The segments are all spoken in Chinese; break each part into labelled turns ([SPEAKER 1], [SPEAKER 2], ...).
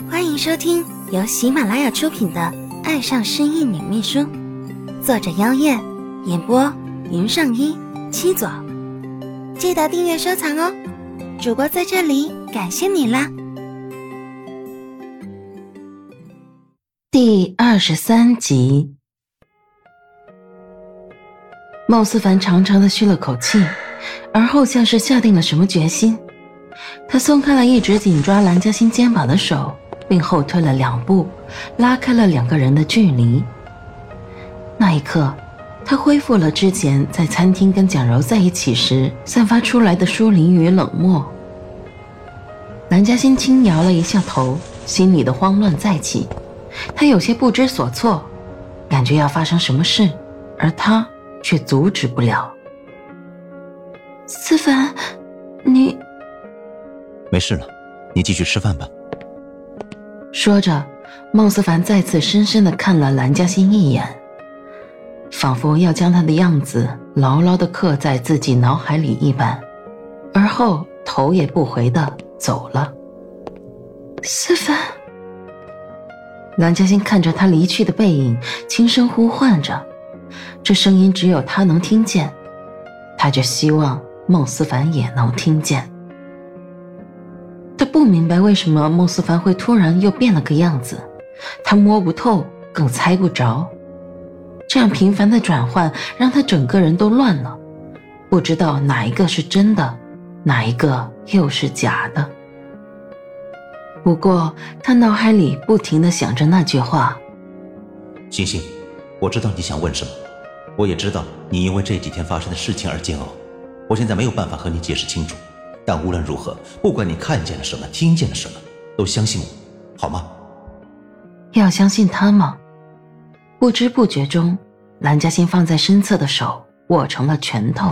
[SPEAKER 1] 欢迎收听由喜马拉雅出品的《爱上失忆女秘书》，作者妖艳，演播云上一七左。记得订阅收藏哦，主播在这里感谢你啦。
[SPEAKER 2] 第23集。孟思凡长长的吁了口气，而后像是下定了什么决心，他松开了一直紧抓蓝嘉欣肩膀的手，并后退了2步，拉开了2个人的距离。那一刻，他恢复了之前在餐厅跟蒋柔在一起时散发出来的疏离与冷漠。蓝嘉欣轻摇了一下头，心里的慌乱再起，他有些不知所措，感觉要发生什么事，而他却阻止不了。思凡，你……
[SPEAKER 3] 没事了，你继续吃饭吧。
[SPEAKER 2] 说着，孟思凡再次深深地看了蓝嘉欣一眼，仿佛要将她的样子牢牢地刻在自己脑海里一般，而后头也不回地走了。思凡。蓝嘉欣看着他离去的背影，轻声呼唤着，这声音只有他能听见，他就希望孟思凡也能听见。他不明白为什么孟思凡会突然又变了个样子，他摸不透，更猜不着。这样频繁的转换让他整个人都乱了，不知道哪一个是真的，哪一个又是假的。不过他脑海里不停地想着那句话：
[SPEAKER 3] 欣欣，我知道你想问什么，我也知道你因为这几天发生的事情而煎熬，我现在没有办法和你解释清楚，但无论如何，不管你看见了什么，听见了什么，都相信我，好吗？
[SPEAKER 2] 要相信他吗？不知不觉中，蓝嘉欣放在身侧的手握成了拳头。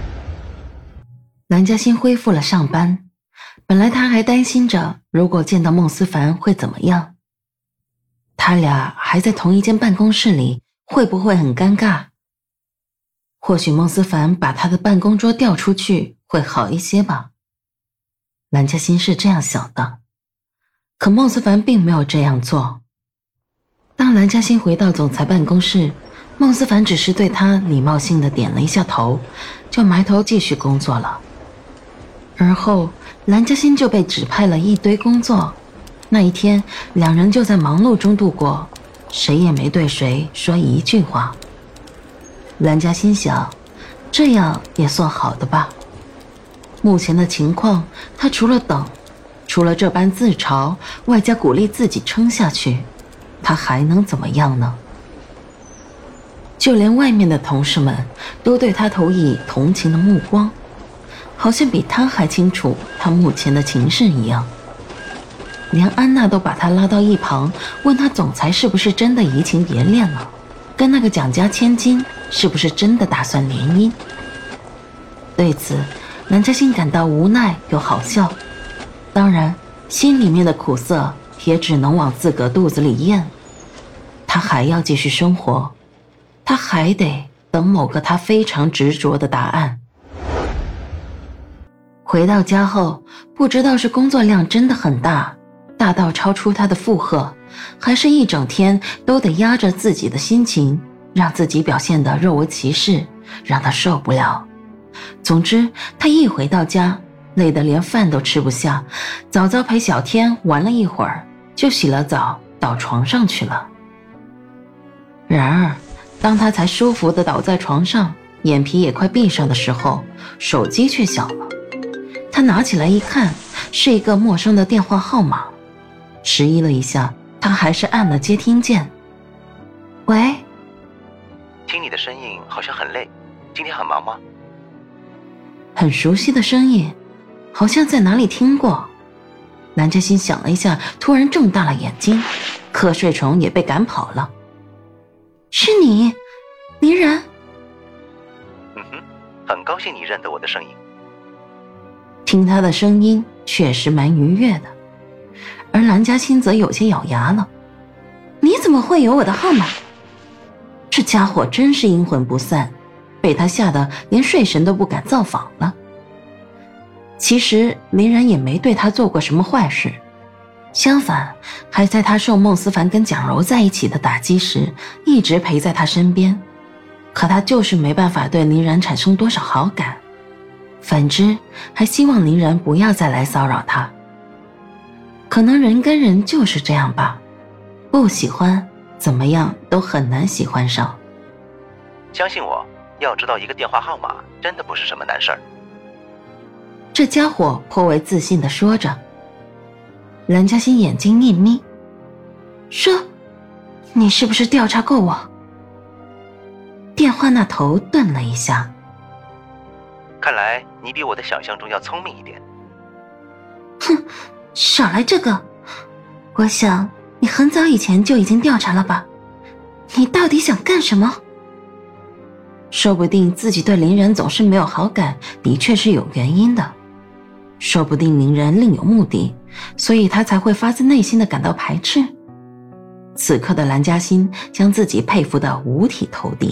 [SPEAKER 2] 蓝嘉欣恢复了上班，本来他还担心着如果见到孟思凡会怎么样，他俩还在同一间办公室里，会不会很尴尬？或许孟思凡把他的办公桌调出去会好一些吧。蓝嘉欣是这样想的，可孟思凡并没有这样做。当蓝嘉欣回到总裁办公室，孟思凡只是对他礼貌性地点了一下头，就埋头继续工作了。而后蓝嘉欣就被指派了一堆工作，那一天2人就在忙碌中度过，谁也没对谁说一句话。蓝嘉欣想，这样也算好的吧。目前的情况，他除了等，除了这般自嘲，外加鼓励自己撑下去，他还能怎么样呢？就连外面的同事们都对他投以同情的目光，好像比他还清楚他目前的情势一样。连安娜都把他拉到一旁，问他总裁是不是真的移情别恋了，跟那个蒋家千金是不是真的打算联姻。对此，蓝嘉欣感到无奈又好笑，当然心里面的苦涩也只能往自个肚子里咽。他还要继续生活，他还得等某个他非常执着的答案。回到家后，不知道是工作量真的很大，大到超出他的负荷，还是一整天都得压着自己的心情，让自己表现得若无其事，让他受不了。总之，他一回到家，累得连饭都吃不下，早早陪小天玩了一会儿，就洗了澡到床上去了。然而当他才舒服地倒在床上，眼皮也快闭上的时候，手机却响了。他拿起来一看，是一个陌生的电话号码，迟疑了一下，他还是按了接听键。喂？
[SPEAKER 4] 听你的声音好像很累，今天很忙吗？
[SPEAKER 2] 很熟悉的声音，好像在哪里听过。蓝嘉欣想了一下，突然睁大了眼睛，瞌睡虫也被赶跑了。是你，林然？
[SPEAKER 4] 很高兴你认得我的声音。
[SPEAKER 2] 听他的声音确实蛮愉悦的，而蓝嘉欣则有些咬牙了。你怎么会有我的号码？这家伙真是阴魂不散，被他吓得连睡神都不敢造访了。其实林然也没对他做过什么坏事， 相反，还在他受孟思凡跟蒋柔在一起的打击时，一直陪在他身边。可他就是没办法对林然产生多少好感，反之，还希望林然不要再来骚扰他。可能人跟人就是这样吧，不喜欢，怎么样都很难喜欢上。
[SPEAKER 4] 相信我，要知道一个电话号码，真的不是什么难事儿。
[SPEAKER 2] 这家伙颇为自信地说着。蓝嘉欣眼睛一眯，说：“你是不是调查过我？”电话那头顿了一下，
[SPEAKER 4] 看来你比我的想象中要聪明一点。
[SPEAKER 1] 哼，少来这个！我想你很早以前就已经调查了吧？你到底想干什么？
[SPEAKER 2] 说不定自己对林然总是没有好感，的确是有原因的。说不定林然另有目的，所以他才会发自内心的感到排斥。此刻的蓝嘉欣将自己佩服得五体投地。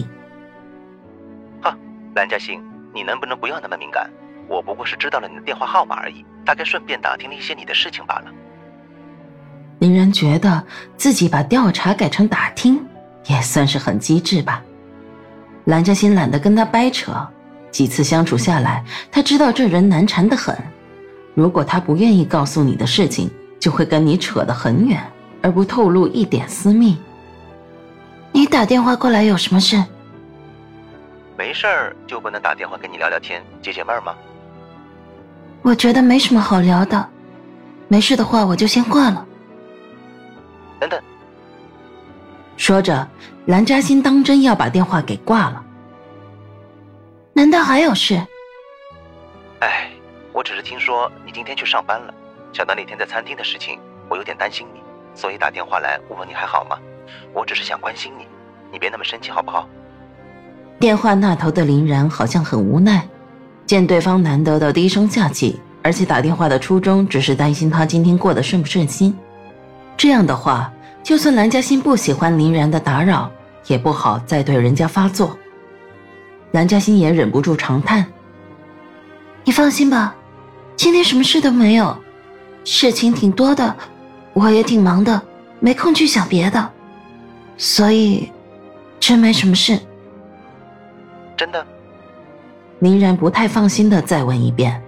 [SPEAKER 4] 蓝嘉欣，你能不能不要那么敏感？我不过是知道了你的电话号码而已，大概顺便打听了一些你的事情罢了。
[SPEAKER 2] 林然觉得自己把调查改成打听，也算是很机智吧。蓝嘉欣懒得跟他掰扯，几次相处下来，他知道这人难缠得很。如果他不愿意告诉你的事情，就会跟你扯得很远，而不透露一点私密。
[SPEAKER 1] 你打电话过来有什么事？
[SPEAKER 4] 没事儿就不能打电话跟你聊聊天，解解闷儿吗？
[SPEAKER 1] 我觉得没什么好聊的，没事的话我就先挂了。
[SPEAKER 4] 等等，
[SPEAKER 2] 说着，蓝嘉欣当真要把电话给挂了。
[SPEAKER 1] 难道还有事？
[SPEAKER 4] 哎，我只是听说你今天去上班了，想到那天在餐厅的事情，我有点担心你，所以打电话来问问你还好吗？我只是想关心你，你别那么生气好不好？
[SPEAKER 2] 电话那头的林然好像很无奈，见对方难得的低声下气，而且打电话的初衷只是担心他今天过得顺不顺心。这样的话，就算蓝嘉欣不喜欢林然的打扰，也不好再对人家发作。蓝嘉欣也忍不住长叹：“
[SPEAKER 1] 你放心吧，今天什么事都没有，事情挺多的，我也挺忙的，没空去想别的，所以真没什么事。”
[SPEAKER 4] 真的？
[SPEAKER 2] 林然不太放心地再问一遍。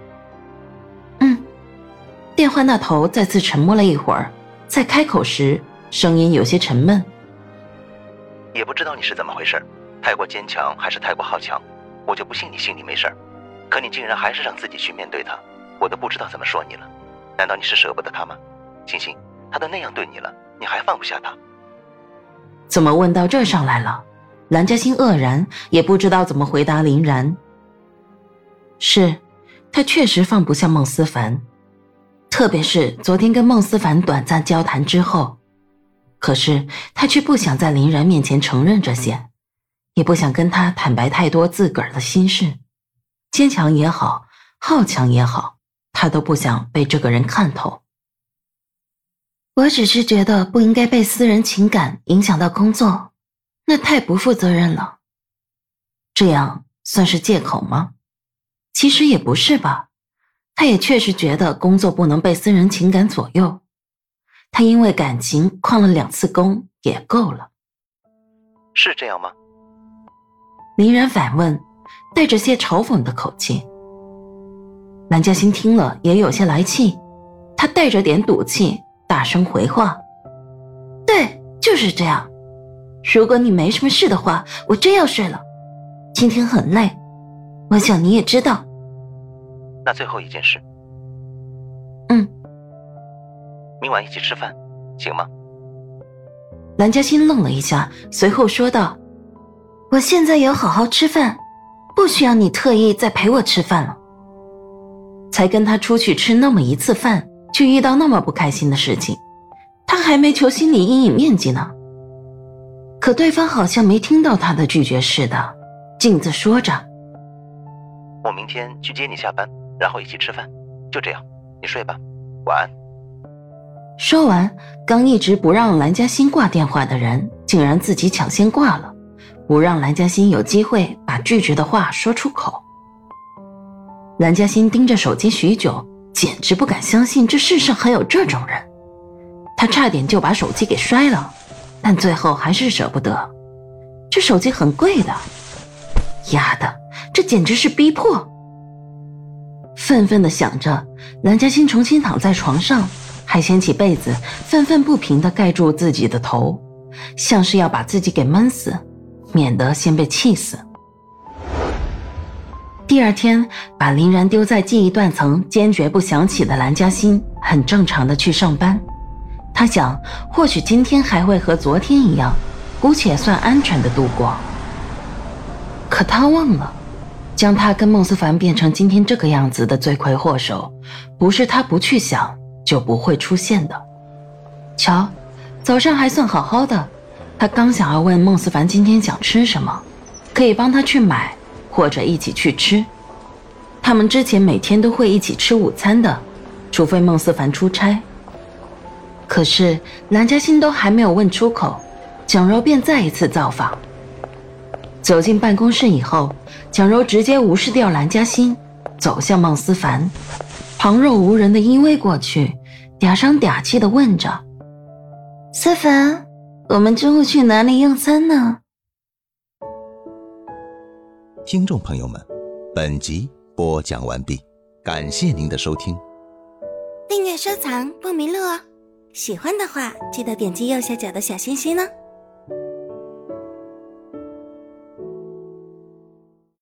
[SPEAKER 2] 电话那头再次沉默了一会儿，在开口时声音有些沉闷。
[SPEAKER 4] 也不知道你是怎么回事，太过坚强还是太过好强，我就不信你心里没事儿。可你竟然还是让自己去面对他，我都不知道怎么说你了。难道你是舍不得他吗？星星，他都那样对你了，你还放不下他？
[SPEAKER 2] 怎么问到这上来了？蓝嘉欣愕然，也不知道怎么回答林然。是，他确实放不下孟思凡，特别是昨天跟孟思凡短暂交谈之后。可是他却不想在林然面前承认这些，也不想跟他坦白太多自个儿的心事。坚强也好，好强也好，他都不想被这个人看透。
[SPEAKER 1] 我只是觉得不应该被私人情感影响到工作，那太不负责任了。
[SPEAKER 2] 这样算是借口吗？其实也不是吧，他也确实觉得工作不能被私人情感左右。他因为感情旷了2次工也够了。
[SPEAKER 4] 是这样吗？
[SPEAKER 2] 林然反问，带着些嘲讽的口气。蓝嘉欣听了也有些来气，他带着点赌气，大声回话：
[SPEAKER 1] 对，就是这样。如果你没什么事的话，我真要睡了。今天很累，我想你也知道。
[SPEAKER 4] 那最后一件事。明晚一起吃饭，行吗？
[SPEAKER 2] 蓝嘉欣愣了一下，随后说道：
[SPEAKER 1] 我现在有好好吃饭，不需要你特意再陪我吃饭了。
[SPEAKER 2] 才跟他出去吃那么1次饭，就遇到那么不开心的事情，他还没求心理阴影面积呢。可对方好像没听到他的拒绝似的，径自说着：
[SPEAKER 4] 我明天去接你下班，然后一起吃饭，就这样，你睡吧，晚安。
[SPEAKER 2] 说完，刚一直不让蓝嘉欣挂电话的人竟然自己抢先挂了，不让蓝嘉欣有机会把拒绝的话说出口。蓝嘉欣盯着手机许久，简直不敢相信这世上还有这种人。 他差点就把手机给摔了，但最后还是舍不得。这手机很贵的，丫的，这简直是逼迫。愤愤地想着，蓝嘉欣重新躺在床上，还掀起被子，愤愤不平地盖住自己的头，像是要把自己给闷死，免得先被气死。第二天，把林然丢在记忆断层，坚决不想起的蓝嘉欣很正常地去上班。他想，或许今天还会和昨天一样，姑且算安全地度过。可他忘了，将他跟孟思凡变成今天这个样子的罪魁祸首，不是他不去想就不会出现的。瞧，早上还算好好的，他刚想要问孟思凡今天想吃什么，可以帮他去买，或者一起去吃。他们之前每天都会一起吃午餐的，除非孟思凡出差。可是蓝嘉欣都还没有问出口，蒋柔便再一次造访。走进办公室以后，蒋柔直接无视掉蓝嘉欣，走向孟思凡，旁若无人的依偎过去，嗲声嗲气地问着：思凡，我们中午去哪里用餐呢？
[SPEAKER 3] 听众朋友们，本集播讲完毕，感谢您的收听。
[SPEAKER 1] 订阅收藏不迷路哦，喜欢的话记得点击右下角的小心心呢。